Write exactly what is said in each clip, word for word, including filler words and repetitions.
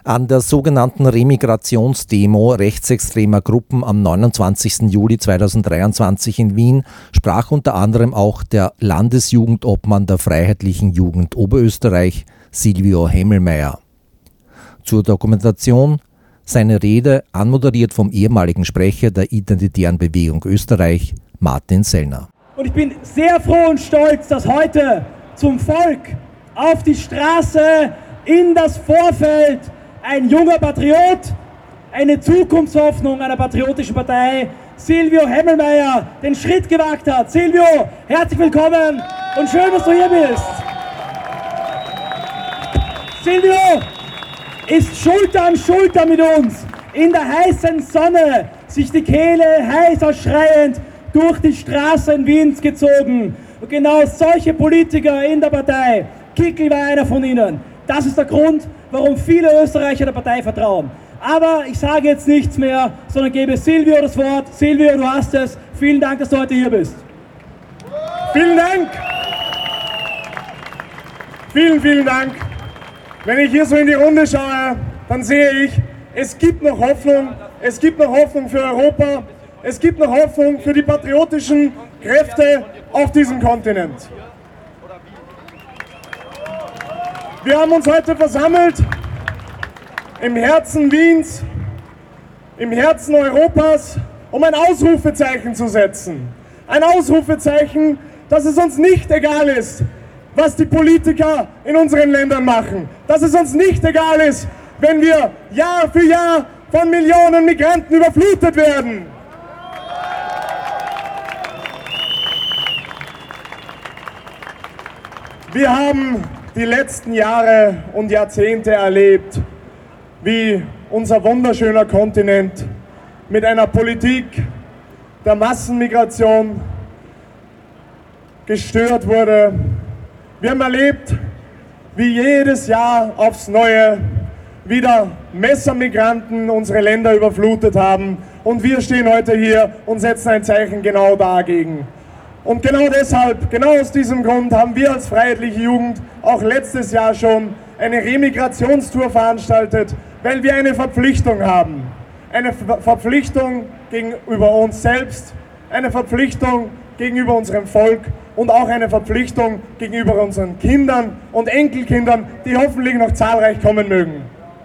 An der sogenannten Remigrationsdemo rechtsextremer Gruppen am neunundzwanzigsten Juli zweitausenddreiundzwanzig in Wien sprach unter anderem auch der Landesjugendobmann der Freiheitlichen Jugend Oberösterreich, Silvio Hemmelmeier. Zur Dokumentation seine Rede, anmoderiert vom ehemaligen Sprecher der Identitären Bewegung Österreich, Martin Sellner. Und ich bin sehr froh und stolz, dass heute zum Volk auf die Straße in das Vorfeld ein junger Patriot, eine Zukunftshoffnung einer patriotischen Partei, Silvio Hemmelmeier, den Schritt gewagt hat. Silvio, herzlich willkommen und schön, dass du hier bist. Silvio ist Schulter an Schulter mit uns in der heißen Sonne, sich die Kehle heiß ausschreiend durch die Straßen Wiens gezogen. Und genau solche Politiker in der Partei, Kickl war einer von ihnen. Das ist der Grund, warum viele Österreicher der Partei vertrauen. Aber ich sage jetzt nichts mehr, sondern gebe Silvio das Wort. Silvio, du hast es. Vielen Dank, dass du heute hier bist. Vielen Dank. Vielen, vielen Dank. Wenn ich hier so in die Runde schaue, dann sehe ich, es gibt noch Hoffnung. Es gibt noch Hoffnung für Europa. Es gibt noch Hoffnung für die patriotischen Kräfte auf diesem Kontinent. Wir haben uns heute versammelt im Herzen Wiens, im Herzen Europas, um ein Ausrufezeichen zu setzen. Ein Ausrufezeichen, dass es uns nicht egal ist, was die Politiker in unseren Ländern machen. Dass es uns nicht egal ist, wenn wir Jahr für Jahr von Millionen Migranten überflutet werden. Wir haben die letzten Jahre und Jahrzehnte erlebt, wie unser wunderschöner Kontinent mit einer Politik der Massenmigration gestört wurde. Wir haben erlebt, wie jedes Jahr aufs Neue wieder Messermigranten unsere Länder überflutet haben. Und wir stehen heute hier und setzen ein Zeichen genau dagegen. Und genau deshalb, genau aus diesem Grund haben wir als Freiheitliche Jugend auch letztes Jahr schon eine Remigrationstour veranstaltet, weil wir eine Verpflichtung haben. Eine Ver- Verpflichtung gegenüber uns selbst, eine Verpflichtung gegenüber unserem Volk und auch eine Verpflichtung gegenüber unseren Kindern und Enkelkindern, die hoffentlich noch zahlreich kommen mögen.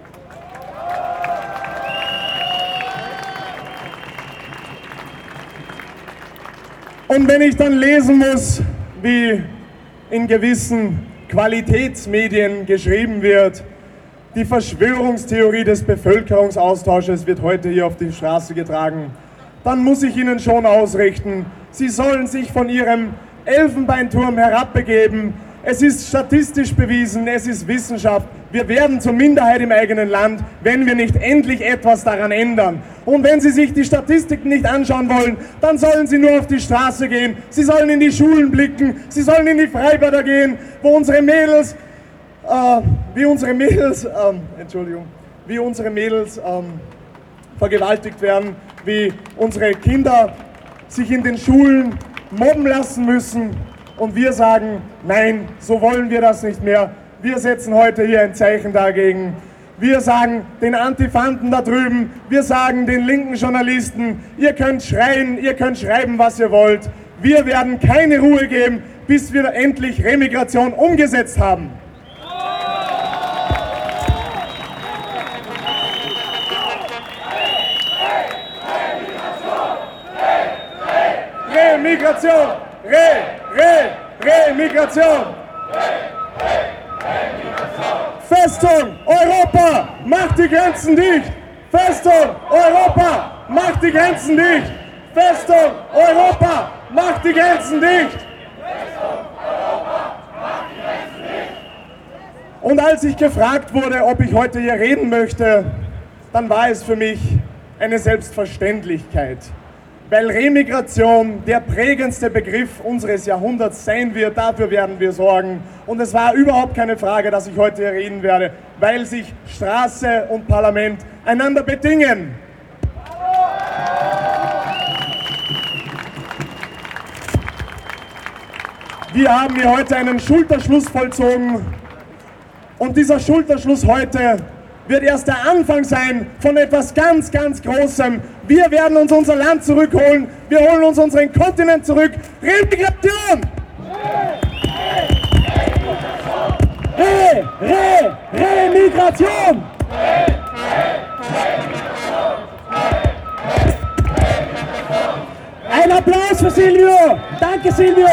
Und wenn ich dann lesen muss, wie in gewissen Qualitätsmedien geschrieben wird, die Verschwörungstheorie des Bevölkerungsaustausches wird heute hier auf die Straße getragen, dann muss ich Ihnen schon ausrichten, Sie sollen sich von Ihrem Elfenbeinturm herabbegeben. Es ist statistisch bewiesen, es ist Wissenschaft. Wir werden zur Minderheit im eigenen Land, wenn wir nicht endlich etwas daran ändern. Und wenn Sie sich die Statistiken nicht anschauen wollen, dann sollen Sie nur auf die Straße gehen. Sie sollen in die Schulen blicken, Sie sollen in die Freibäder gehen, wo unsere Mädels, äh, wie unsere Mädels, äh, Entschuldigung, wie unsere Mädels ähm, vergewaltigt werden, wie unsere Kinder sich in den Schulen mobben lassen müssen. Und wir sagen, nein, so wollen wir das nicht mehr. Wir setzen heute hier ein Zeichen dagegen. Wir sagen den Antifanten da drüben, wir sagen den linken Journalisten, ihr könnt schreien, ihr könnt schreiben, was ihr wollt. Wir werden keine Ruhe geben, bis wir endlich Remigration umgesetzt haben. Remigration! Re, Re, Remigration! Festung, Europa, macht die Grenzen dicht! Festung, Europa, macht die Grenzen dicht! Festung, Europa, macht die Grenzen dicht! Und als ich gefragt wurde, ob ich heute hier reden möchte, dann war es für mich eine Selbstverständlichkeit. Weil Remigration der prägendste Begriff unseres Jahrhunderts sein wird, dafür werden wir sorgen. Und es war überhaupt keine Frage, dass ich heute hier reden werde, weil sich Straße und Parlament einander bedingen. Wir haben hier heute einen Schulterschluss vollzogen und dieser Schulterschluss heute wird erst der Anfang sein von etwas ganz, ganz Großem. Wir werden uns unser Land zurückholen. Wir holen uns unseren Kontinent zurück. Remigration! Re, Re, Remigration! Ein Applaus für Silvio! Danke, Silvio!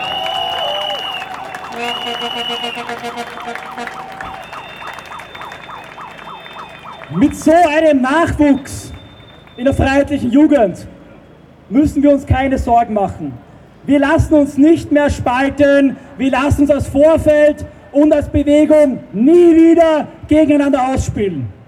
Mit so einem Nachwuchs in der freiheitlichen Jugend müssen wir uns keine Sorgen machen. Wir lassen uns nicht mehr spalten, wir lassen uns als Vorfeld und als Bewegung nie wieder gegeneinander ausspielen.